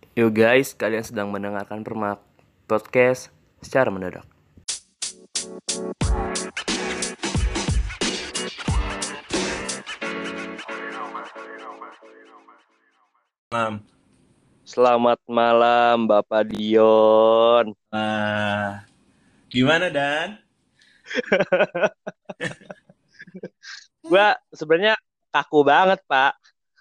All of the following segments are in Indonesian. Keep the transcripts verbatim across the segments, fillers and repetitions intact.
Yo guys, kalian sedang mendengarkan Permak Podcast secara mendadak. Malam. Selamat malam Bapak Dion. Ah, gimana Dan? Gua sebenarnya kaku banget, Pak.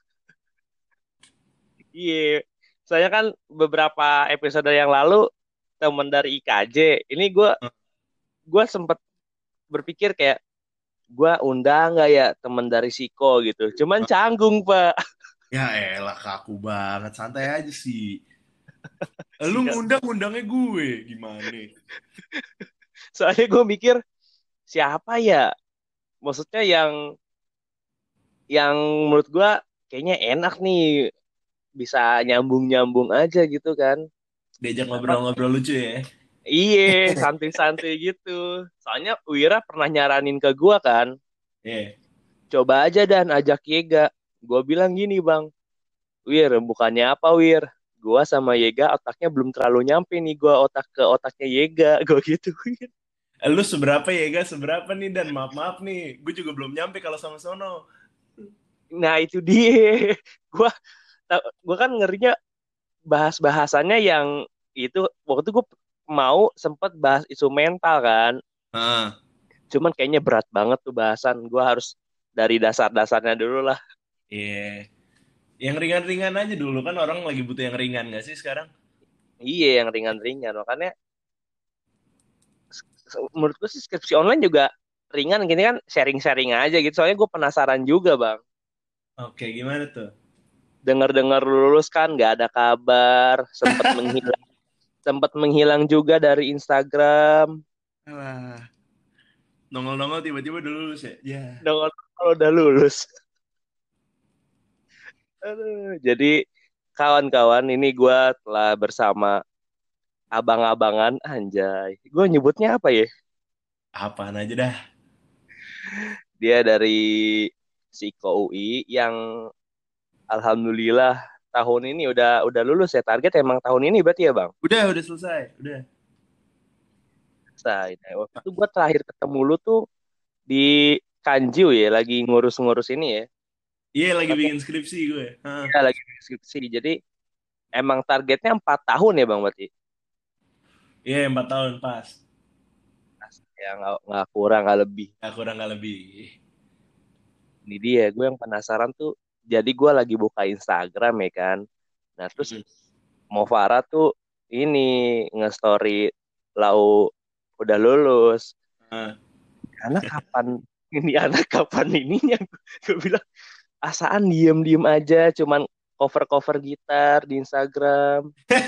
Iya. Soalnya kan beberapa episode yang lalu teman dari I K J. Ini gua gua sempet berpikir kayak gua undang nggak ya teman dari Siko gitu. Cuman canggung, Pak. Ya elah kaku banget, santai aja sih. Lu Siap. ngundang-ngundangnya gue, gimana? Soalnya gue mikir siapa ya? Maksudnya yang yang menurut gua kayaknya enak nih, bisa nyambung-nyambung aja gitu kan. Diajak Apa ngobrol-ngobrol lucu ya. Iye, santai-santai gitu. Soalnya Wira pernah nyaranin ke gua kan, Iya. coba aja dan ajak Yega. Gua bilang gini bang, Wir, bukannya apa Wir? Gua sama Yega otaknya belum terlalu nyampe nih, gua otak ke otaknya Yega, gua gitu. Eh, lu seberapa ya, guys? Seberapa nih Dan? Maaf-maaf nih, gue juga belum nyampe kalau sama sono. Nah itu dia. Gua, gua kan ngerinya bahas-bahasannya yang itu waktu itu gua mau sempet bahas isu mental kan. Ah, Cuman kayaknya berat banget tuh bahasan. Gua harus dari dasar-dasarnya dulu lah. iya. Yang ringan-ringan aja dulu kan orang lagi butuh yang ringan gak sih sekarang? Iya, yang ringan-ringan. Makanya menurutku sih skripsi online juga ringan gini kan, sharing-sharing aja gitu. Soalnya gue penasaran juga bang. Oke, gimana tuh? Dengar-dengar lulus kan nggak ada kabar, sempat menghilang, sempat menghilang juga dari Instagram. Alah, nongol-nongol tiba-tiba udah lulus ya? Ya. Dengar kalau udah lulus. Aduh, jadi kawan-kawan ini gue telah bersama abang-abangan anjay. Gue nyebutnya apa ya? Apaan aja dah. Dia dari Psiko U I yang alhamdulillah tahun ini udah udah lulus ya. Target emang tahun ini berarti ya bang? Udah, udah selesai. Udah. Selesai. Nah, waktu itu gue terakhir ketemu lu tuh di Kanju ya, lagi ngurus-ngurus ini ya. Iya, lagi Tapi bikin skripsi gue. Hah. ya lagi skripsi. Jadi emang targetnya empat tahun ya bang berarti. Iya, empat tahun pas. Ya nggak nggak kurang nggak lebih. Ya, kurang nggak lebih. Ini dia gue yang penasaran tuh. Jadi gue lagi buka Instagram ya kan. Nah terus Hmm. Movara tuh ini nge-story lau udah lulus. Ah. Anak kapan ini anak kapan ininya? Gue bilang asaan diem-diem aja, cuman cover-cover gitar di Instagram.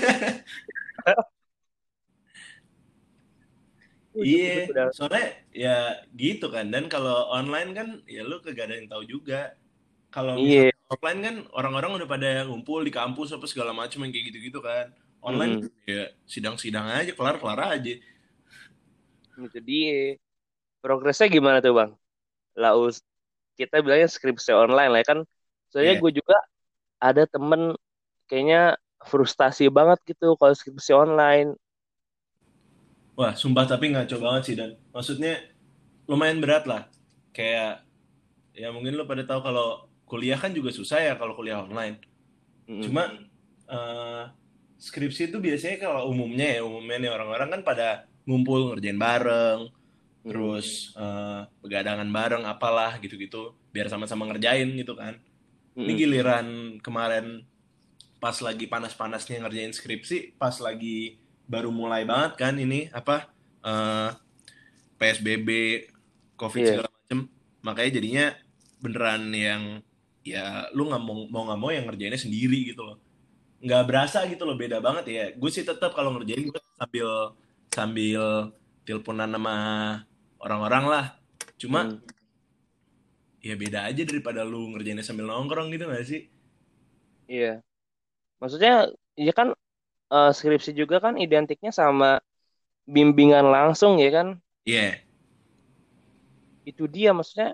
Iya, Ujung-ujung udah, soalnya ya gitu kan. Dan kalau online kan ya lu kagak ada yang tahu juga. Kalau iya, misalnya offline kan orang-orang udah pada ngumpul di kampus apa segala macam yang kayak gitu-gitu kan. Online mm-mm. ya sidang-sidang aja, kelar-kelar aja. Itu dia. Progresnya gimana tuh bang? Laus kita bilangnya skripsi online lah ya kan. Soalnya Iya. gue juga ada temen kayaknya frustasi banget gitu kalau skripsi online. Wah, sumpah tapi ngaco banget sih Dan. Maksudnya lumayan berat lah. Kayak ya mungkin lu pada tahu kalau kuliah kan juga susah ya kalau kuliah online. Mm-mm. Cuma eh, skripsi itu biasanya kalau umumnya ya umumnya nih orang-orang kan pada ngumpul ngerjain bareng, Mm-mm. terus eh, begadangan bareng apalah gitu-gitu biar sama-sama ngerjain gitu kan. Ini Mm-mm. giliran kemarin pas lagi panas-panasnya ngerjain skripsi, pas lagi baru mulai banget kan ini apa eh, P S B B, COVID Iya. segala macem. Makanya jadinya beneran yang ya lu nggak mau mau nggak mau yang ngerjainnya sendiri gitu loh, nggak berasa gitu loh, beda banget ya. Gue sih tetap kalau ngerjain gue sambil sambil teleponan sama orang-orang lah. Cuma Mm. ya beda aja daripada lu ngerjainnya sambil nongkrong gitu gak sih? Iya. Maksudnya ya kan eh, skripsi juga kan identiknya sama bimbingan langsung ya kan. Iya. Yeah. Itu dia maksudnya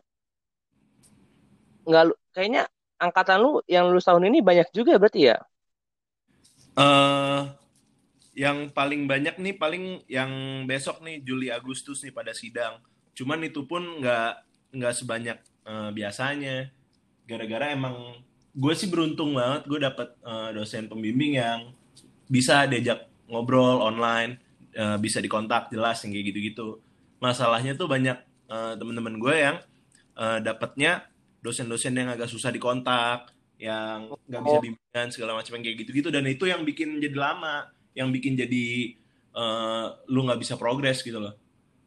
nggak lu- kayaknya angkatan lu yang lulus tahun ini banyak juga berarti ya. eh yang paling banyak nih paling yang besok nih Juli Agustus nih pada sidang. Cuman itu pun nggak nggak sebanyak eh, biasanya. Gara-gara emang gue sih beruntung banget gue dapet eh, dosen pembimbing yang bisa diajak ngobrol online, eh, bisa dikontak jelas yang kayak gitu-gitu. Masalahnya tuh banyak eh, temen-temen gue yang eh, dapatnya dosen-dosen yang agak susah dikontak, yang nggak bisa Oh, bimbingan segala macam yang kayak gitu-gitu, dan itu yang bikin jadi lama, yang bikin jadi eh, lu nggak bisa progres gitu loh.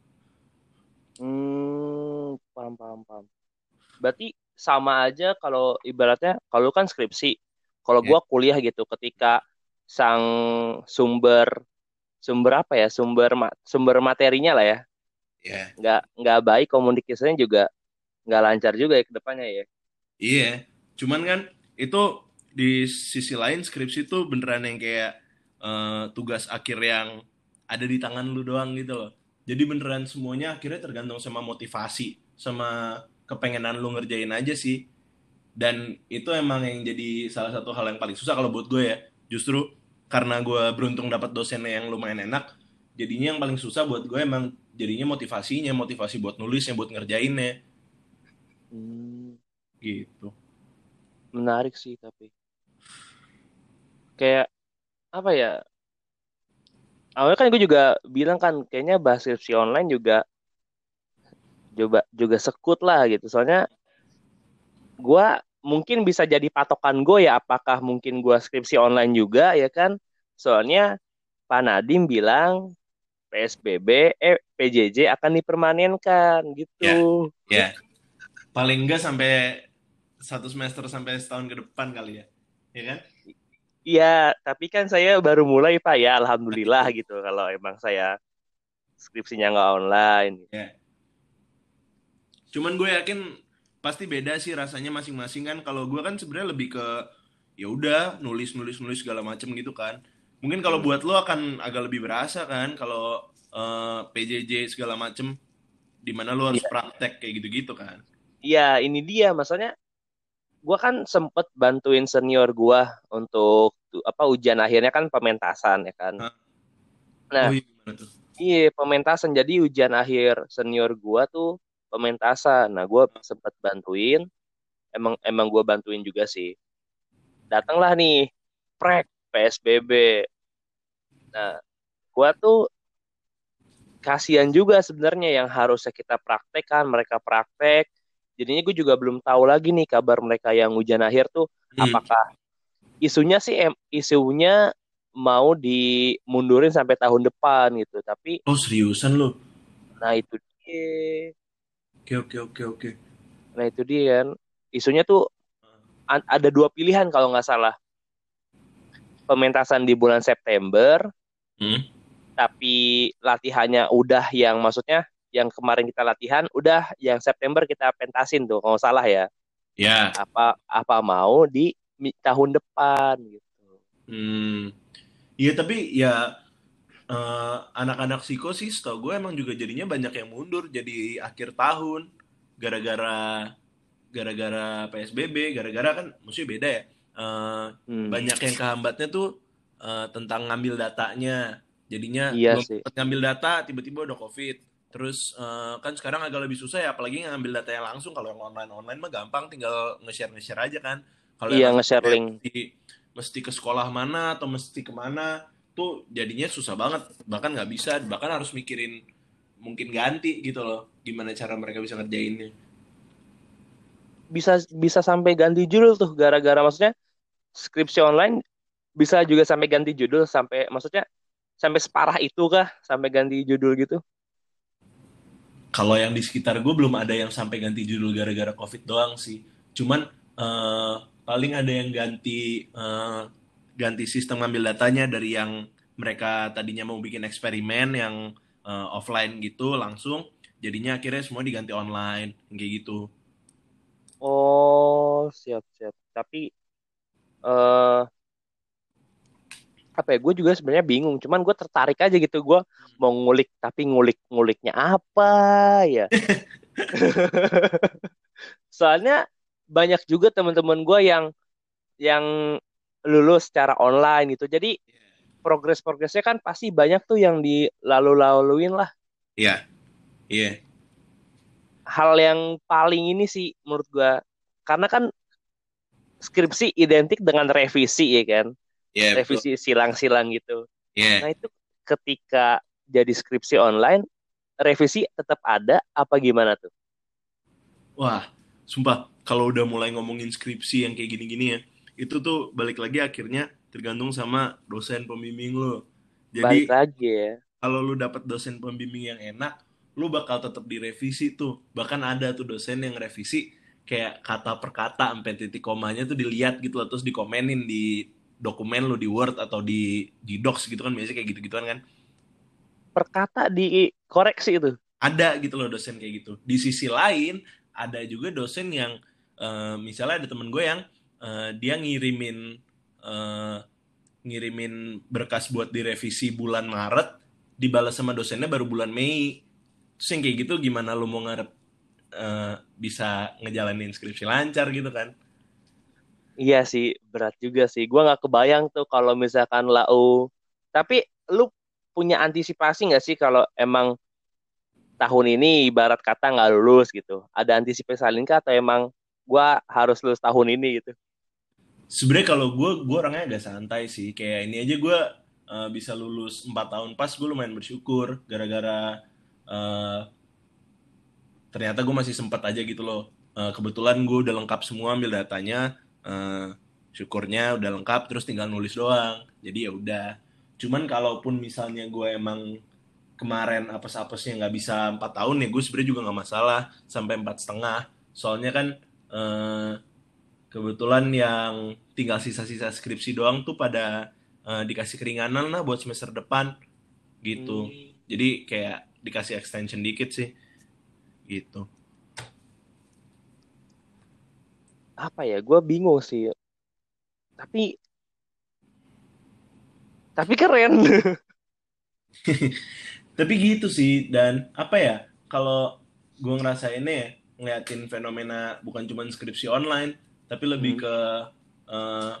hmm, paham, paham, paham. Berarti sama aja kalau ibaratnya kalau lu kan skripsi, kalau Ya, gua kuliah gitu, ketika sang sumber sumber apa ya, sumber ma- sumber materinya lah ya, ya, nggak nggak baik, komunikasinya juga nggak lancar juga ya ke depannya ya. iya. Cuman kan itu di sisi lain skripsi tuh beneran yang kayak eh, tugas akhir yang ada di tangan lu doang gitu loh. Jadi beneran semuanya akhirnya tergantung sama motivasi, sama kepengenan lu ngerjain aja sih. Dan itu emang yang jadi salah satu hal yang paling susah kalau buat gue ya. Justru karena gue beruntung dapat dosennya yang lumayan enak, jadinya yang paling susah buat gue emang jadinya motivasinya, motivasi buat nulisnya, buat ngerjainnya Hmm, gitu. menarik sih, tapi kayak apa ya? Awalnya kan gue juga bilang kan kayaknya bahas skripsi online juga coba juga sekut lah gitu. Soalnya gue mungkin bisa jadi patokan gue ya, apakah mungkin gue skripsi online juga ya kan? Soalnya Pak Nadiem bilang P S B B, eh P J J akan dipermanenkan gitu. Ya, ya. Paling enggak sampai satu semester sampai setahun ke depan kali ya. Ya kan? Iya, tapi kan saya baru mulai Pak ya, alhamdulillah gitu kalau emang saya skripsinya nggak online. Ya. Cuman gue yakin pasti beda sih rasanya masing-masing kan. Kalau gue kan sebenarnya lebih ke ya udah nulis nulis nulis segala macem gitu kan. Mungkin kalau Hmm. buat lo akan agak lebih berasa kan kalau eh, P J J segala macem di mana lo harus Iya, praktek kayak gitu-gitu kan. iya ini dia maksudnya gua kan sempet bantuin senior gua untuk tu- apa ujian akhirnya kan pementasan ya kan. Hah? Nah, Oh iya gimana tuh? iya pementasan jadi ujian akhir senior gua tuh pementasan. Nah, gua sempet bantuin, emang emang gua bantuin juga sih. Datanglah nih prek P S B B. Nah, gua tuh kasihan juga sebenarnya yang harusnya kita praktekkan mereka praktek. Jadinya gue juga belum tahu lagi nih kabar mereka yang ujian akhir tuh Hmm. apakah isunya sih em, isunya mau dimundurin sampai tahun depan gitu. Tapi Oh seriusan lo? nah itu dia. Oke oke oke oke. Nah itu dia kan. Isunya tuh a- ada dua pilihan kalau nggak salah. Pementasan di bulan September, Hmm? tapi latihannya udah yang maksudnya yang kemarin kita latihan udah yang September kita pentasin tuh kalau nggak salah ya. Ya. Apa apa mau di mi- tahun depan gitu. Hmm. Iya tapi ya eh, anak-anak psiko sih setahu gue emang juga jadinya banyak yang mundur jadi akhir tahun gara-gara gara-gara P S B B, gara-gara kan maksudnya beda ya. Eh, Hmm, banyak yang kehambatnya tuh eh, tentang ngambil datanya. Jadinya iya belum sih. sempet ngambil data, tiba-tiba udah COVID. Terus eh, kan sekarang agak lebih susah ya, apalagi ngambil datanya langsung. Kalau yang online-online mah gampang, tinggal nge-share nge-share aja kan. Kalau yang Iya harus nge-share kayak link. mesti, mesti ke sekolah mana atau mesti kemana, tuh jadinya susah banget. Bahkan nggak bisa, bahkan harus mikirin mungkin ganti gitu loh. Gimana cara mereka bisa ngerjainnya. Bisa bisa sampai ganti judul tuh gara-gara maksudnya skripsi online bisa juga sampai ganti judul sampai maksudnya sampai separah itu kah sampai ganti judul gitu. Kalau yang di sekitar gue belum ada yang sampai ganti judul gara-gara COVID doang sih. Cuman eh, paling ada yang ganti eh, ganti sistem ngambil datanya dari yang mereka tadinya mau bikin eksperimen yang eh, offline gitu langsung, jadinya akhirnya semua diganti online kayak gitu. Oh, siap siap. Tapi eh apa ya? Gue juga sebenarnya bingung. Cuman gue tertarik aja gitu. Gue mau ngulik, tapi ngulik-nguliknya apa ya? Soalnya banyak juga teman-teman gue yang yang lulus secara online gitu. Jadi progres-progresnya kan pasti banyak tuh yang dilalu-laluin lah. Iya, iya, Hal yang paling ini sih menurut gua, karena kan skripsi identik dengan revisi ya kan, iya betul. revisi silang-silang gitu. Iya. Nah itu ketika jadi skripsi online, revisi tetap ada apa gimana tuh? Wah, sumpah kalau udah mulai ngomongin skripsi yang kayak gini-gini ya, itu tuh balik lagi akhirnya tergantung sama dosen pembimbing lo. Balik Jadi lagi ya. kalau lu dapet dosen pembimbing yang enak, lu bakal tetap direvisi tuh. Bahkan ada tuh dosen yang revisi kayak kata per kata sampai titik komanya tuh dilihat gitu loh, terus dikomenin di dokumen lu di Word atau di di Docs gitu kan, biasanya kayak gitu-gituan kan. Perkata dikoreksi itu. Ada gitu loh dosen kayak gitu. Di sisi lain ada juga dosen yang eh, misalnya ada temen gue yang eh, dia ngirimin eh, ngirimin berkas buat direvisi bulan Maret, dibalas sama dosennya baru bulan Mei. Terus yang kayak gitu gimana lu mau ngarep eh, bisa ngejalanin skripsi lancar gitu kan? Iya sih, berat juga sih. Gua nggak kebayang tuh kalau misalkan lau. Tapi lu punya antisipasi nggak sih kalau emang tahun ini ibarat kata nggak lulus gitu? Ada antisipasi lain kah atau emang gua harus lulus tahun ini gitu? Sebenarnya kalau gue gue orangnya agak santai sih. Kayak ini aja gue eh, bisa lulus empat tahun pas, gue lumayan bersyukur gara-gara eh, ternyata gue masih sempat aja gitu loh. Eh, kebetulan gue udah lengkap semua ambil datanya, eh, syukurnya udah lengkap, terus tinggal nulis doang. Jadi ya udah. Cuman kalaupun misalnya gue emang kemarin apes-apesnya nggak bisa empat tahun ya, gue sebenarnya juga nggak masalah sampai empat setengah. Soalnya kan eh, kebetulan yang tinggal sisa-sisa skripsi doang tuh pada eh, dikasih keringanan lah buat semester depan gitu. Hmm, Jadi kayak dikasih extension dikit sih gitu. apa ya? Gua bingung sih. Tapi tapi keren. Tapi gitu sih, dan apa ya, kalau gue ngerasainnya ya, ngeliatin fenomena bukan cuma skripsi online, tapi lebih Hmm. ke eh,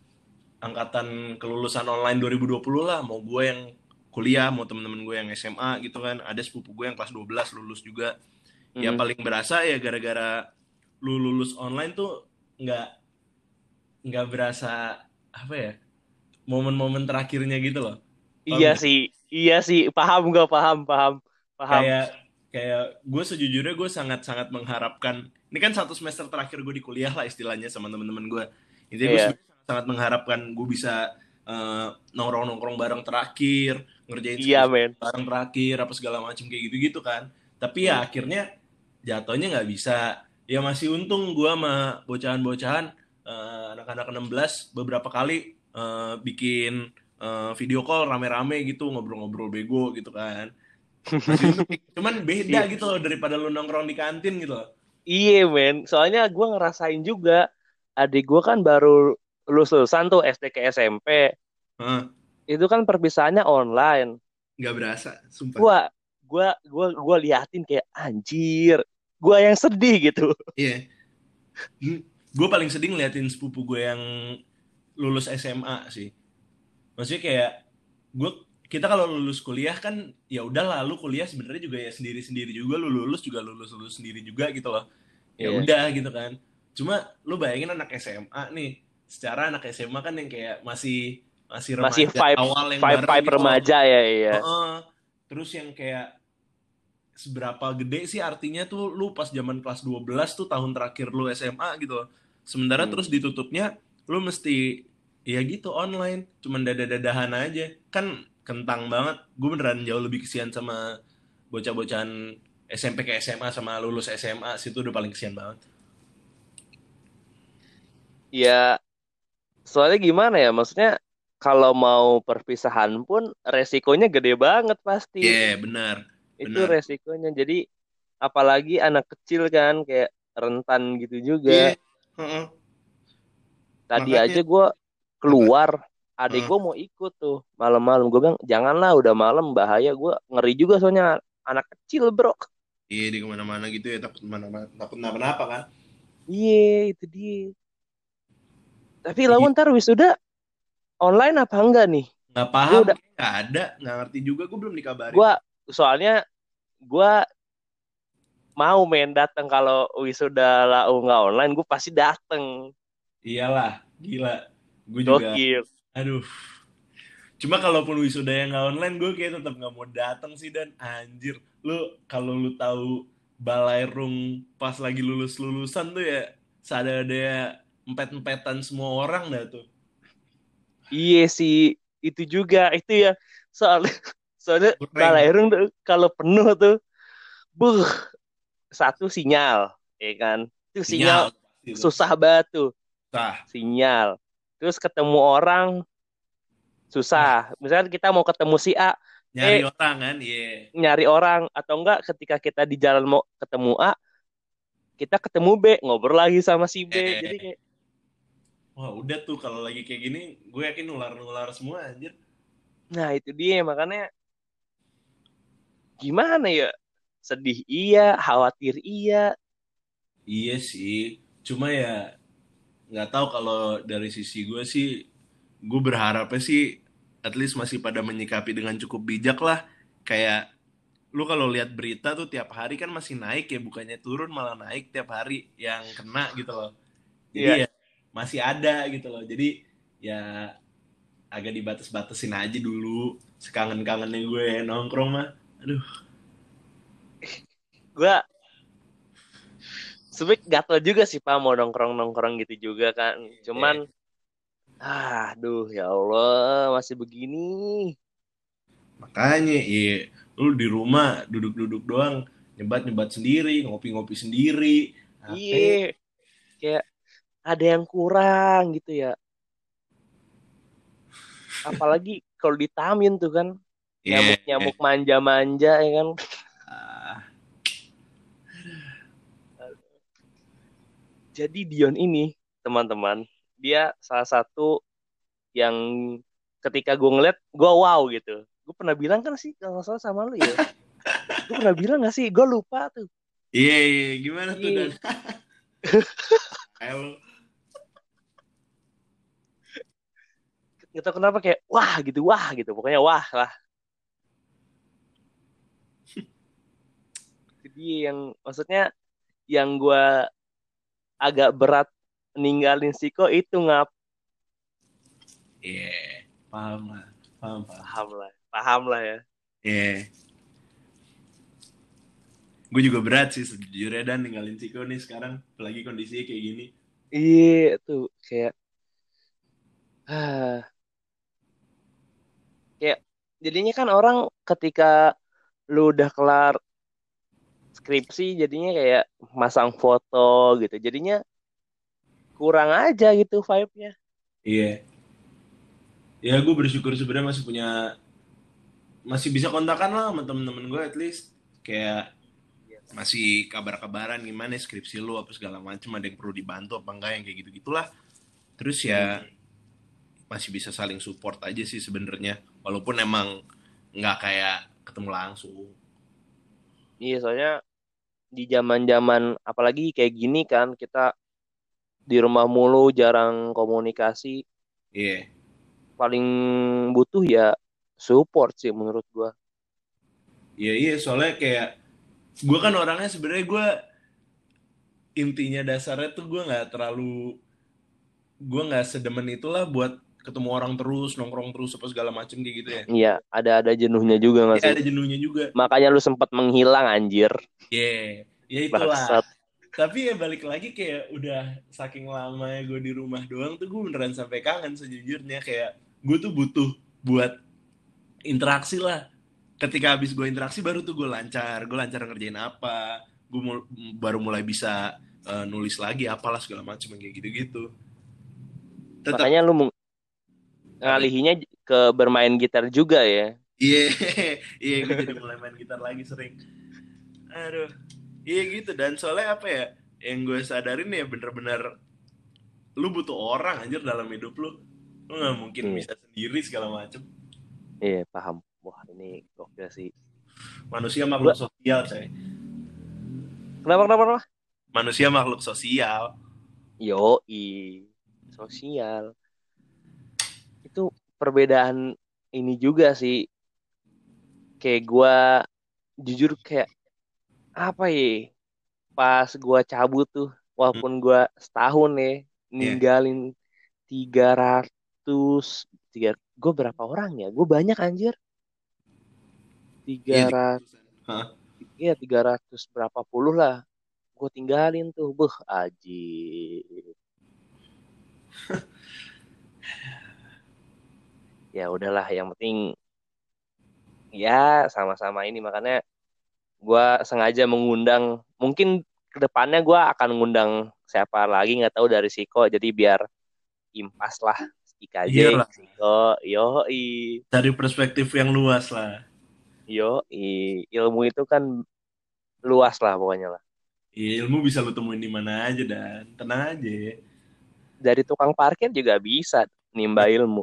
angkatan kelulusan online dua ribu dua puluh lah, mau gue yang kuliah, mau temen-temen gue yang S M A gitu kan, ada sepupu gue yang kelas dua belas lulus juga. Ya Hmm. paling berasa ya gara-gara lu lulus online tuh nggak nggak berasa apa ya, momen-momen terakhirnya gitu loh. Iya Paham nggak? sih, iya sih. Paham gak? Paham, paham, paham. Kayak kayak gue sejujurnya gue sangat-sangat mengharapkan, ini kan satu semester terakhir gue di kuliah lah istilahnya sama teman-teman gue. Intinya gue Iya. sebenarnya sangat mengharapkan gue bisa eh, nongkrong-nongkrong bareng terakhir, ngerjain Iya, skripsi men. bareng terakhir, apa segala macam kayak gitu-gitu kan. Tapi ya Hmm. akhirnya jatuhnya nggak bisa. Ya masih untung gue sama bocahan-bocahan eh, anak-anak enam belas beberapa kali eh, bikin eh, video call rame-rame gitu, ngobrol-ngobrol bego gitu kan. Masih untung, cuman beda Iya, gitu loh daripada lu nongkrong di kantin gitu loh. iya, men. Soalnya gue ngerasain juga, adik gue kan baru lulus-lulusan tuh S D ke S M P. Hah, Itu kan perpisahannya online. nggak berasa, sumpah. Gua, gua, gua, gua liatin kayak anjir. Gua yang sedih gitu. Iya. Hmm, gue paling sedih ngeliatin sepupu gue yang lulus S M A sih. Maksudnya kayak gue, kita kalau lulus kuliah kan ya udah lah, lu kuliah sebenarnya juga ya sendiri-sendiri juga, lu lulus juga lulus lulus sendiri juga gitu loh. Ya Iya. udah gitu kan. Cuma lu bayangin anak S M A nih, secara anak S M A kan yang kayak masih masih Masih remaja vibe, awal yang vibe, bareng vibe gitu loh. remaja ya, iya. Heeh. Terus yang kayak seberapa gede sih artinya tuh lu pas zaman kelas dua belas tuh tahun terakhir lu S M A gitu loh. Sementara Hmm. terus ditutupnya lu mesti ya gitu online, cuman dada-dadahan aja. Kan kentang banget. Gue beneran jauh lebih kesian sama bocah-bocahan S M P ke S M A sama lulus S M A situ udah paling kesian banget. Ya, soalnya gimana ya? Maksudnya kalau mau perpisahan pun resikonya gede banget pasti. Iya, yeah, benar. Itu Benar. resikonya. Jadi apalagi anak kecil kan kayak rentan gitu juga. Iya, yeah, heeh. Tadi Makanya aja gue apa? keluar, adik Heeh. gue mau ikut tuh malam-malam. Gue bilang janganlah, udah malam bahaya. Gue ngeri juga soalnya anak kecil bro. Iya, di kemana-mana gitu ya, takut mana-mana, takut kenapa-napa kan. Iya itu dia. Tapi Iya. lawan ntar wisuda online apa enggak nih? Nggak Gue paham, udah, nggak ada, nggak ngerti juga, gue belum dikabarin. gue soalnya gue mau main datang kalau wisuda lau nggak online, gue pasti dateng. Iyalah, gila. Gue juga, Gokil. aduh. Cuma kalaupun wisuda yang nggak online, gue kayak tetap nggak mau datang sih. Dan anjir, lu kalau lu tahu Balairung pas lagi lulus lulusan tuh ya, sadar ada empet-empetan semua orang dah tuh. Iya sih, itu juga itu ya. Soalnya soalnya Kurang Balairung tuh kalau penuh tuh, buh, satu sinyal, ya kan? Itu sinyal sinyal pasti tuh. susah banget tuh, Tah, sinyal. Terus ketemu orang nah, susah. Misalnya kita mau ketemu si A, nyari eh orang kan, iya. nyari orang atau enggak ketika kita di jalan mau ketemu A, kita ketemu B, ngobrol lagi sama si B. Jadi Eh, kayak, wah udah tuh kalau lagi kayak gini, gue yakin nular-nular semua anjir. nah itu dia makanya gimana ya? Sedih iya, khawatir iya. Iya sih, cuma ya nggak tahu kalau dari sisi gue sih, gue berharapnya sih at least masih pada menyikapi dengan cukup bijak lah. Kayak lu kalau lihat berita tuh tiap hari kan masih naik ya, bukannya turun malah naik tiap hari yang kena gitu loh. Jadi Iya, ya masih ada gitu loh. Jadi ya agak dibatas-batasin aja dulu. Sekangen-kangennya gue nongkrong mah. Aduh, gue sebenernya gatel juga sih Pak mau nongkrong-nongkrong gitu juga kan. Cuman, ya. aduh ya Allah masih begini. Makanya iya, lu di rumah duduk-duduk doang, nyebat-nyebat sendiri, ngopi-ngopi sendiri. Apa? Iya, kayak ada yang kurang gitu ya. Apalagi kalau ditamin tuh kan, Iya. nyamuk-nyamuk manja-manja ya kan. Ah, Jadi Dion ini, teman-teman, dia salah satu yang ketika gue ngeliat, gue wow gitu. Gue pernah bilang kan sih, kalau nggak salah sama lu ya. Gue pernah bilang gak sih? Gue lupa tuh. iya, iya, gimana tuh Dan? Iya. Ayo, Gak tau kenapa kayak, wah gitu, wah gitu. Pokoknya wah lah. Jadi yang, maksudnya yang gue agak berat ninggalin Siko itu ngap. iya, paham lah, paham, paham. Paham lah. Paham lah ya. Iya, gue juga berat sih sejujurnya Dan ninggalin Ciko nih sekarang, apalagi kondisinya kayak gini. Iya tuh, kayak, ah, kayak jadinya kan orang ketika lu udah kelar skripsi jadinya kayak masang foto gitu. Jadinya kurang aja gitu vibe-nya. Iya, ya gue bersyukur sebenarnya masih punya, masih bisa kontakan lah sama temen-temen gue at least. Kayak masih kabar-kabaran gimana skripsi lu apa segala macem, ada yang perlu dibantu apa enggak yang kayak gitu gitulah. Terus ya Hmm. masih bisa saling support aja sih sebenarnya, walaupun emang nggak kayak ketemu langsung. Iya, soalnya di zaman-zaman apalagi kayak gini kan kita di rumah mulu jarang komunikasi, Iya, yeah. paling butuh ya support sih menurut gua. Iya, yeah, iya, yeah, soalnya kayak gue kan orangnya sebenarnya gue intinya dasarnya tuh gue nggak terlalu, gue nggak sedemen itulah buat ketemu orang terus, nongkrong terus apa segala macem kayak gitu ya. Iya, ada ada jenuhnya juga nggak Iya, sih? ada jenuhnya juga. Makanya lu sempat menghilang anjir, Iya, yeah. Ya itulah. bangsat. Tapi ya balik lagi kayak udah saking lamanya gue di rumah doang tuh gue beneran sampai kangen sejujurnya. Kayak gue tuh butuh buat interaksi lah. Ketika habis gue interaksi baru tuh gue lancar. Gue lancar ngerjain apa. Gue mul- baru mulai bisa eh, nulis lagi apalah segala macam kayak gitu-gitu. Tetap Makanya lu meng- apa? ngalihinya ke bermain gitar juga ya. Iya, iya gue jadi mulai main gitar lagi sering. Aduh, iya gitu. Dan soalnya apa ya? Yang gue sadarin ya bener-bener lu butuh orang anjir dalam hidup lu. Lu nggak mungkin Iya, bisa sendiri segala macem. iya paham. Wah ini gokil sih. Manusia Gua makhluk sosial, coy. kenapa kenapa kenapa? Manusia makhluk sosial. Yo, sosial. itu perbedaan ini juga sih. Kayak gue jujur kayak apa ya? Pas gue cabut tuh, Hmm, walaupun gue setahun ya ya. ninggalin tiga ratus tiga gue berapa orang ya? Gue banyak anjir. Iya tiga tiga ratus ratusan. Hah. ya tiga ratus berapa puluh lah. Gue tinggalin tuh. Beuh, aji. Ya udahlah, yang penting ya sama-sama ini makanya gue sengaja mengundang. Mungkin kedepannya gue akan ngundang siapa lagi nggak tahu dari Siko. Jadi biar impas lah I K J, Iyalah, Siko, yoi, cari perspektif yang luas lah. yoi. Ilmu itu kan luas lah pokoknya lah. Iya, ilmu bisa lu temuin di mana aja dan tenang aja. Dari tukang parkir juga bisa nimba ilmu.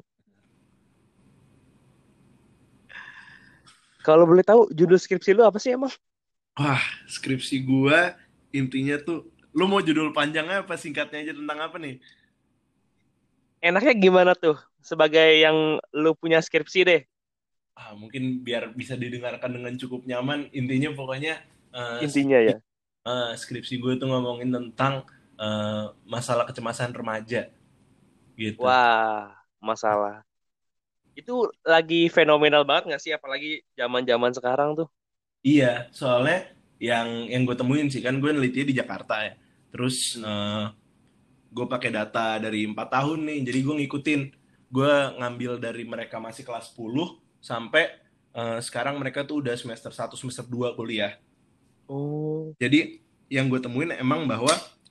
Kalau boleh tahu judul skripsi lu apa sih emang? Wah, skripsi gua intinya tuh, lu mau judul panjangnya apa singkatnya aja tentang apa nih? Enaknya gimana tuh? Sebagai yang lu punya skripsi deh, Ah, mungkin biar bisa didengarkan dengan cukup nyaman. Intinya pokoknya eh, intinya skripsi, ya. eh, skripsi gue tuh ngomongin tentang eh, masalah kecemasan remaja gitu. Wah, masalah. Itu lagi fenomenal banget nggak sih? Apalagi zaman-zaman sekarang tuh. Iya, soalnya yang yang gue temuin sih kan gue nelitinya di Jakarta ya. Terus Hmm. eh, gue pakai data dari empat tahun nih, jadi gue ngikutin. Gue ngambil dari mereka masih kelas sepuluh sampai eh, sekarang mereka tuh udah semester satu semester dua kuliah. Oh, Jadi yang gue temuin emang bahwa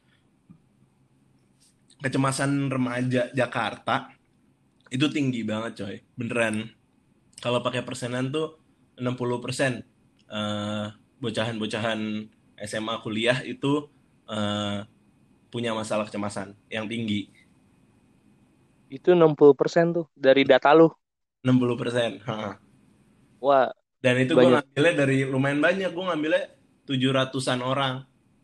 kecemasan remaja Jakarta itu tinggi banget coy. Beneran. Kalau pakai persenan tuh enam puluh persen eh, bocahan-bocahan S M A kuliah itu eh, punya masalah kecemasan yang tinggi. itu enam puluh persen tuh dari data lu. Enam puluh persen. Wah, Dan itu gue banyak ngambilnya dari lumayan banyak. Gue ngambilnya tujuh ratusan orang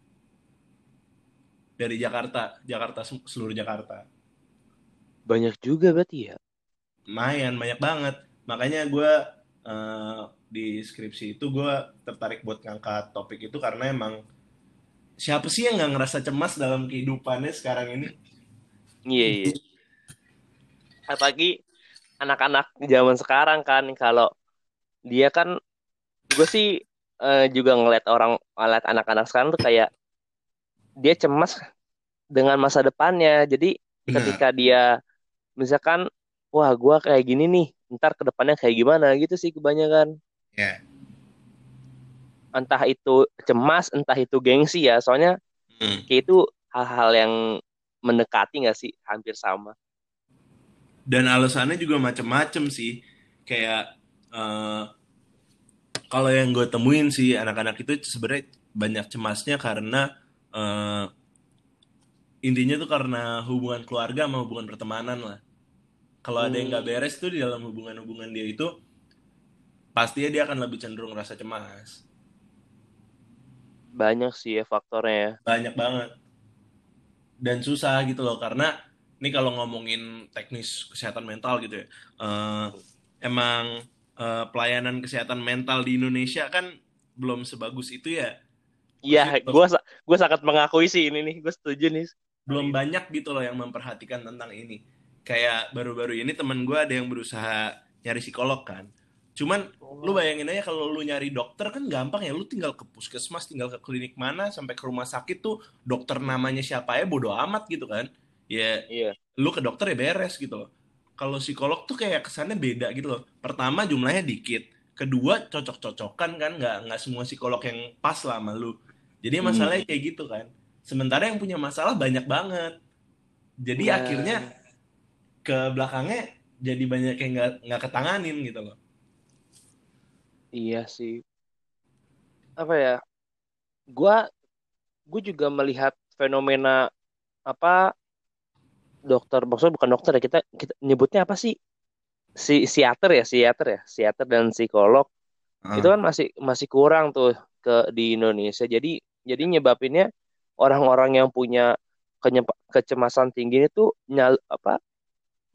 dari Jakarta. Jakarta, seluruh Jakarta. banyak juga berarti ya. Lumayan, banyak banget. Makanya gue eh, di skripsi itu gue tertarik buat ngangkat topik itu karena emang siapa sih yang nggak ngerasa cemas dalam kehidupannya sekarang ini? Iya, iya. Apalagi anak-anak zaman sekarang kan kalau dia kan gue sih eh, juga ngeliat orang ngeliat anak-anak sekarang tuh kayak dia cemas dengan masa depannya. Jadi Benar. ketika dia misalkan wah gue kayak gini nih, ntar ke depannya kayak gimana gitu sih kebanyakan. Ya. Entah itu cemas, entah itu gengsi ya. Soalnya Hmm. kayak itu hal-hal yang mendekati nggak sih, hampir sama. Dan alasannya juga macem-macem sih. Kayak eh, kalau yang gue temuin sih anak-anak itu sebenarnya banyak cemasnya karena eh, intinya tuh karena hubungan keluarga sama hubungan pertemanan lah. Kalau ada yang nggak Hmm, beres tuh di dalam hubungan-hubungan dia itu, pastinya dia akan lebih cenderung rasa cemas. banyak sih ya faktornya ya. Banyak banget. Dan susah gitu loh, karena ini kalau ngomongin teknis kesehatan mental gitu ya, eh, emang eh, pelayanan kesehatan mental di Indonesia kan belum sebagus itu ya. Iya, Maksudnya belum, gue gue sangat mengakui sih ini nih, gue setuju nih kali belum ini. banyak gitu loh yang memperhatikan tentang ini. Kayak baru-baru ini temen gue ada yang berusaha nyari psikolog kan. Cuman lu Oh, bayangin aja kalau lu nyari dokter kan gampang ya, lu tinggal ke puskesmas, tinggal ke klinik mana sampai ke rumah sakit tuh dokter namanya siapa ya bodo amat gitu kan. Ya iya. lu ke dokter ya beres gitu loh. Kalau psikolog tuh kayak kesannya beda gitu loh. Pertama jumlahnya dikit, kedua cocok-cocokan kan, nggak nggak semua psikolog yang pas lah sama lu. Jadi masalahnya Hmm, kayak gitu kan. Sementara yang punya masalah banyak banget. Jadi akhirnya nah, ke belakangnya jadi banyak yang nggak nggak ketanganin gitu loh. iya sih. Apa ya? Gue gue juga melihat fenomena apa dokter, maksudnya bukan dokter ya, kita kita nyebutnya apa sih? Si psikiater ya, psikiater ya, psikiater dan psikolog itu Ah. kan masih masih kurang tuh ke di Indonesia. Jadi jadi nyebabinnya orang-orang yang punya kenyepa- kecemasan tinggi itu nyal apa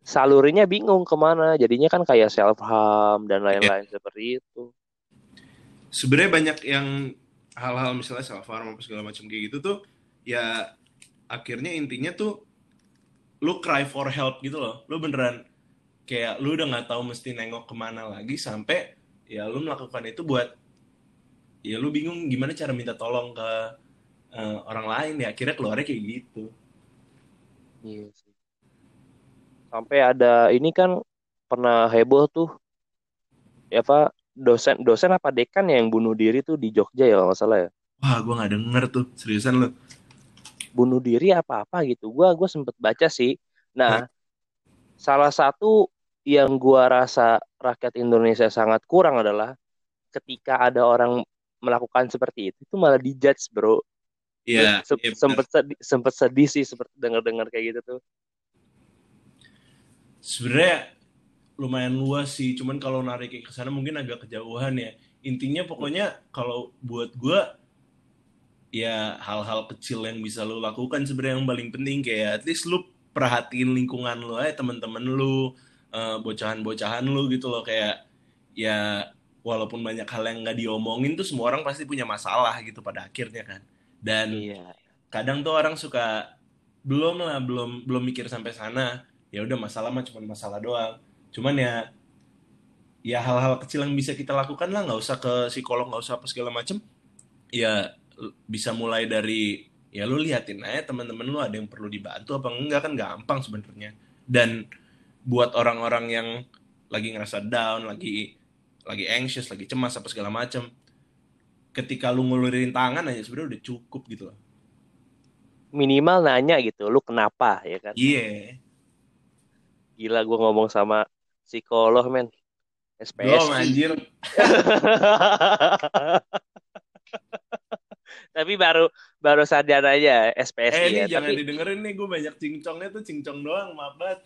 salurinya bingung kemana, jadinya kan kayak self harm dan Ya. lain-lain seperti itu. Sebenarnya banyak yang hal-hal misalnya self harm apa segala macam kayak gitu tuh ya akhirnya intinya tuh lu cry for help gitu loh. Lu beneran kayak lu udah nggak tahu mesti nengok kemana lagi sampai ya lu melakukan itu buat ya lu bingung gimana cara minta tolong ke eh, orang lain ya akhirnya keluarnya kayak gitu. Iya sih. Sampai ada ini kan pernah heboh tuh, ya apa dosen dosen apa dekan yang bunuh diri tuh di Jogja ya kalau nggak salah ya. Wah, gue nggak denger tuh, seriusan lu. Bunuh diri apa apa gitu. Gua gua sempet baca sih. Nah, salah satu yang gua rasa rakyat Indonesia sangat kurang adalah ketika ada orang melakukan seperti itu itu malah dijudge, bro. Gue Iya, se- iya bener. sempet sedih, sempet sedih sih seperti dengar-dengar kayak gitu tuh. Sebenarnya lumayan luas sih, cuman kalau narik ke sana mungkin agak kejauhan ya. Intinya pokoknya kalau buat gue ya hal-hal kecil yang bisa lu lakukan sebenarnya yang paling penting kayak at least lu perhatiin lingkungan lu aja, teman-teman lu, eh, bocahan-bocahan lu gitu loh kayak ya walaupun banyak hal yang nggak diomongin tuh semua orang pasti punya masalah gitu pada akhirnya kan. Dan Iya. kadang tuh orang suka belum lah belum belum mikir sampai sana ya udah masalah mah cuma masalah doang cuman ya ya hal-hal kecil yang bisa kita lakukan lah nggak usah ke psikolog nggak usah apa segala macem ya bisa mulai dari ya lu liatin aja teman-teman lu ada yang perlu dibantu apa enggak kan gampang sebenarnya dan buat orang-orang yang lagi ngerasa down lagi lagi anxious lagi cemas apa segala macem ketika lu ngulurin tangan aja sebenarnya udah cukup gitu loh. Minimal nanya gitu, lu kenapa ya kan? Iya yeah. Gila gue ngomong sama psikolog men, Belum S P S I. anjir. Tapi baru baru sadar aja Eh S P S I ini ya. jangan Tapi didengerin nih, gue banyak cincongnya tuh cincong doang, maaf banget.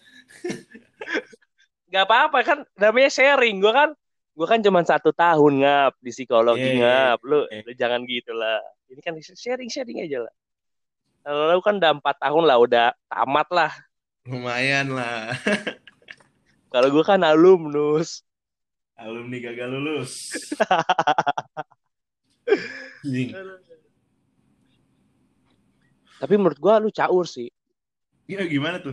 nggak apa-apa kan, namanya sharing. Gue kan gue kan cuma satu tahun ngap di Iya, psikologi iya, ngap. Lu, iya. lu jangan gitu lah. Ini kan sharing sharing aja lah. Kalau lu kan udah empat tahun lah, udah tamat lah. Lumayan lah. Kalau gue kan alumnus. Alumni gagal lulus. Anjing. Tapi menurut gue lu caur sih. Iya gimana tuh?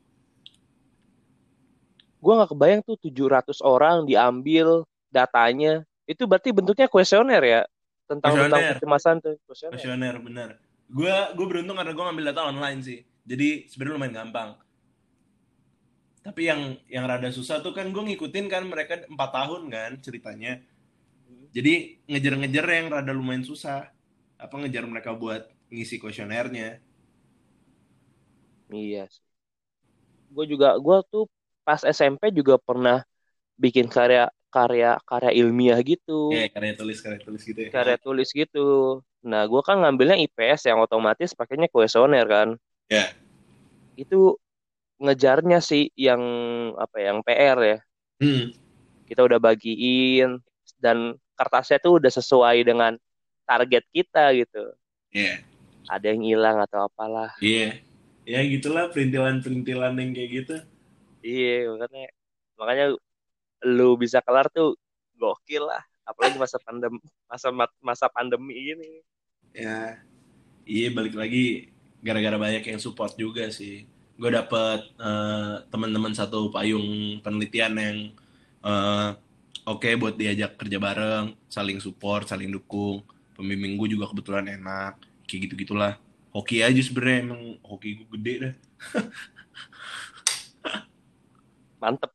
Gue nggak kebayang tuh tujuh ratus orang diambil datanya. Itu berarti bentuknya kuesioner ya, tentang tentang Kuesioner, kecemasan tuh kuesioner. kuesioner bener. Gue gue beruntung karena gue ngambil data online sih. Jadi sebenarnya lumayan gampang. Tapi yang yang rada susah tuh kan gue ngikutin kan mereka empat tahun kan ceritanya. Jadi ngejar-ngejar yang rada lumayan susah. Apa ngejar mereka buat ngisi kuesionernya. Iya sih. Gue juga gue tuh pas S M P juga pernah bikin karya karya karya ilmiah gitu, Ya karya tulis karya tulis gitu ya. karya Nah, tulis gitu. Nah, gue kan ngambilnya I P S yang otomatis pakainya kuesioner kan. ya. Itu ngejarnya sih yang apa ya, yang P R ya. Hmm. Kita udah bagiin dan kertasnya tuh udah sesuai dengan target kita gitu. Iya. Ada yang hilang atau apalah. Iya. Ya gitulah perintilan-perintilan yang kayak gitu. Iya, makanya makanya lu bisa kelar tuh gokil lah. Apalagi masa pandemi, masa masa pandemi ini. Ya, iya balik lagi gara-gara banyak yang support juga sih. Gue dapet eh, teman-teman satu payung penelitian yang eh, oke buat diajak kerja bareng, saling support, saling dukung. Pembimbing gue juga kebetulan enak, kayak gitu-gitulah. Hoki aja sebenarnya emang hoki gue gede dah. Mantep.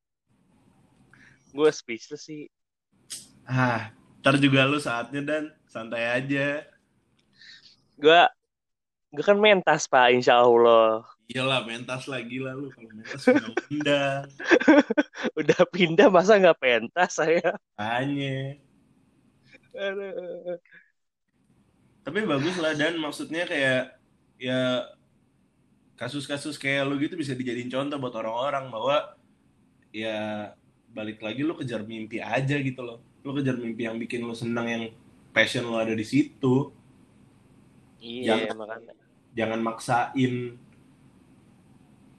Gue speechless sih. Ah, ntar juga lu saatnya dan santai aja. Gue gue kan mentas Pak, insya Allah. Iyalah mentas lagi lah lu kalau mentas undang-undang. Udah pindah masa nggak pentas saya? Hanya. Aduh. Tapi bagus lah dan maksudnya kayak ya kasus-kasus kayak lu gitu bisa dijadiin contoh buat orang-orang bahwa ya balik lagi lu kejar mimpi aja gitu loh. Lu kejar mimpi yang bikin lu senang yang passion lu ada di situ. Iya Jangan makanya. jangan maksain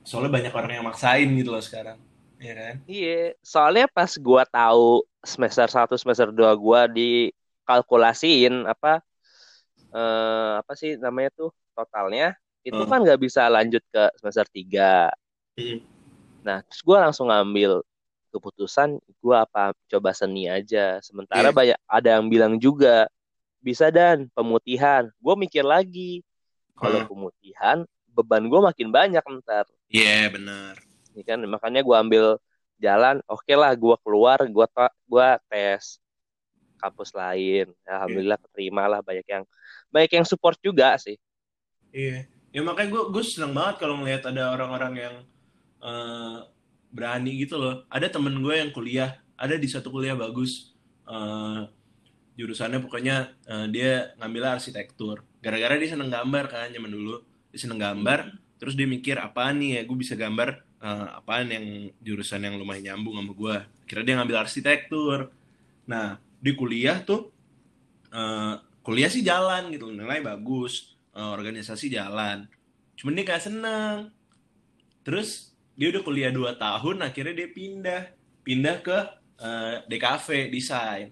Soalnya banyak orang yang maksain gitu loh sekarang, ya kan? Iya, soalnya pas gua tahu semester satu semester dua gua dikalkulasiin apa eh, apa sih namanya tuh totalnya itu Heeh. kan nggak bisa lanjut ke semester tiga. Mm. Nah, terus gua langsung ngambil keputusan gua apa coba seni aja. Sementara Iya. banyak ada yang bilang juga bisa dan pemutihan. Gue mikir lagi, kalau Heeh. pemutihan beban gue makin banyak ntar. Iya, benar. Ini kan makanya gue ambil jalan, oke okay lah gue keluar, gue gua tes kampus lain. Iya. Alhamdulillah keterima lah banyak yang banyak yang support juga sih. Iya. Ya makanya gue gue seneng banget kalau ngelihat ada orang-orang yang eh, berani gitu loh. Ada temen gue yang kuliah, ada di satu kuliah bagus. Eh, jurusannya pokoknya eh, dia ngambil arsitektur. Gara-gara dia seneng gambar kan zaman dulu. Dia seneng gambar, Hmm. terus dia mikir apaan nih ya, gue bisa gambar eh, apaan yang jurusan yang lumayan nyambung sama gue. Kira dia ngambil arsitektur. Nah, di kuliah tuh eh, kuliah sih jalan gitu, nilai bagus, eh, organisasi jalan. Cuman dia gak seneng. Terus dia udah kuliah dua tahun, akhirnya dia pindah, pindah ke eh, D K V desain.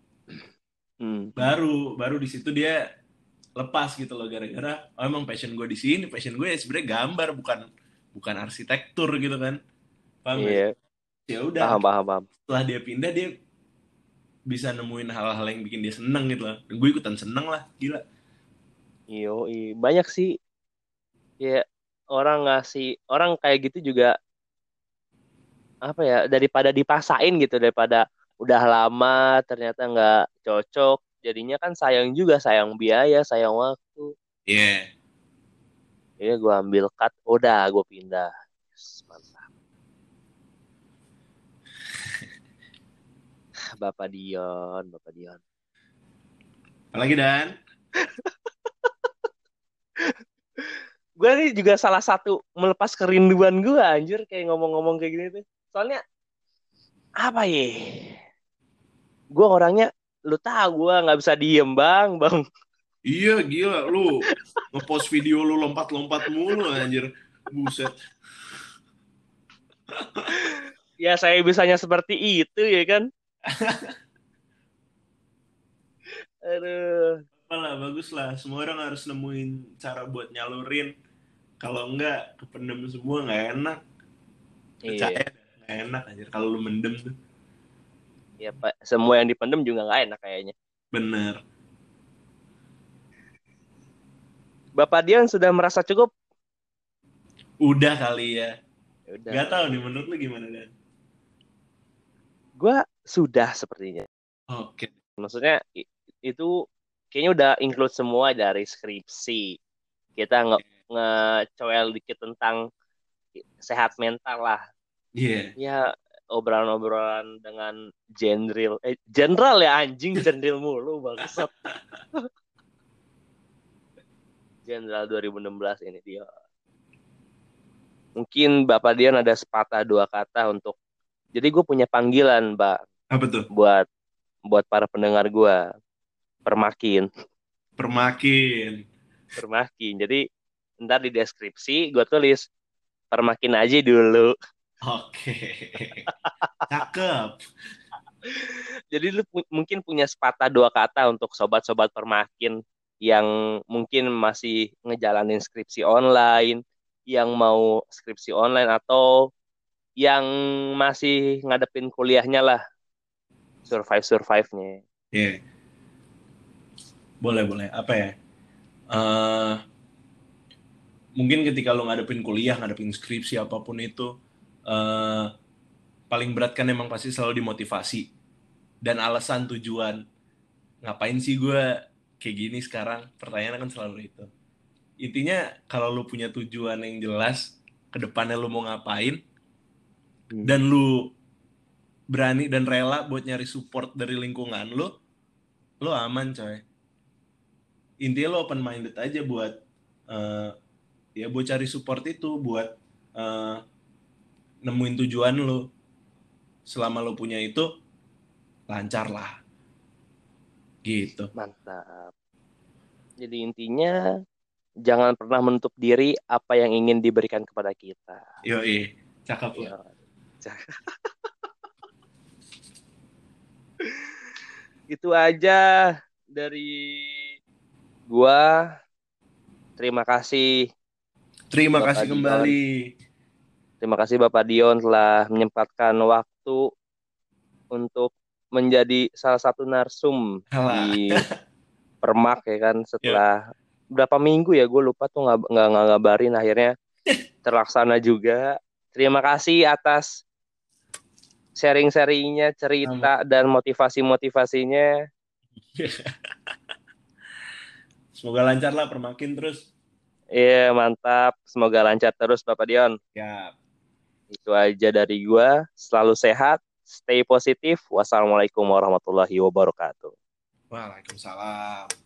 Hmm. Baru, baru di situ dia lepas gitu loh gara-gara oh emang passion gue di sini, passion gue ya sebenarnya gambar bukan bukan arsitektur gitu kan. Paham gak sih? Iya, Ya udah, paham paham paham. setelah dia pindah dia bisa nemuin hal-hal yang bikin dia seneng gitu loh. Dan gue ikutan seneng lah, gila. Iyo, iya. Banyak sih ya orang ngasih orang kayak gitu juga apa ya daripada dipasain gitu daripada udah lama ternyata nggak cocok jadinya kan sayang juga sayang biaya sayang waktu Iya. Yeah. ya gue ambil cut udah gue pindah. Yes, mantap. Bapak Dion Bapak Dion Apalagi Dan? gue nih juga salah satu melepas kerinduan gue anjir kayak ngomong-ngomong kayak gini tuh soalnya apa ya gue orangnya lu tahu gue nggak bisa diem bang bang. Iya gila lu ngepost video lu lompat-lompat mulu anjir. Buset. Ya saya bisanya seperti itu ya kan. Aduh. Apalah bagus lah. Semua orang harus nemuin cara buat nyalurin. Kalau enggak kependem semua nggak enak. Iya. Percaya dah, nggak enak anjir kalau lu mendem tuh. Ya Pak, semua yang dipendem juga nggak enak kayaknya. Bener. Bapak Dion sudah merasa cukup? Udah kali ya. Ya udah Gak kalau tahu nih gitu. menurut lu gimana Dan? Gue sudah sepertinya. Oke. Maksudnya i- itu kayaknya udah include semua dari skripsi. Kita nge ngecoel dikit tentang sehat mental lah. Iya. Ya obrolan-obrolan dengan general eh general ya anjing general mulu bangsat. General dua ribu enam belas ini dia. Mungkin Bapak Dion ada sepatah dua kata untuk jadi gue punya panggilan, Mbak, Apa tuh? buat buat para pendengar gue. Permakin, Permakin. permakin. Jadi ntar di deskripsi gue tulis permakin aja dulu. Oke. Cakep. Jadi lu pu- mungkin punya sepatah dua kata untuk sobat-sobat permakin yang mungkin masih ngejalanin skripsi online, yang mau skripsi online atau yang masih ngadepin kuliahnya lah, survive survive-nya. Iya. Boleh, boleh. Apa ya? Eh mungkin ketika lo ngadepin kuliah, ngadepin skripsi apapun itu, eh paling berat kan emang pasti selalu dimotivasi dan alasan tujuan. Ngapain sih gue kayak gini sekarang? Pertanyaan kan selalu itu. Intinya kalau lo punya tujuan yang jelas, ke depannya lo mau ngapain, Hmm. dan lo berani dan rela buat nyari support dari lingkungan lo, lo aman coy. Intinya lo open minded aja buat eh, ya buat cari support itu, buat eh, nemuin tujuan lo. Selama lo punya itu, lancar lah. Gitu. Mantap. Jadi intinya jangan pernah menutup diri apa yang ingin diberikan kepada kita. Yoi, cakep lo. Ya. Itu aja dari gua. Terima kasih Terima Bapak kasih Dion. kembali. Terima kasih Bapak Dion telah menyempatkan waktu untuk menjadi salah satu narsum Alah. di Permak ya kan, Ya. setelah berapa minggu ya gue lupa tuh nggak nggak nggak ngabarin, akhirnya terlaksana juga. Terima kasih atas sharing-sharingnya, cerita dan motivasi-motivasinya. Semoga lancar lah permakin terus. Iya, mantap. Semoga lancar terus Bapak Dion. Ya. Itu aja dari gua. Selalu sehat, stay positif. Wassalamualaikum warahmatullahi wabarakatuh. Waalaikumsalam.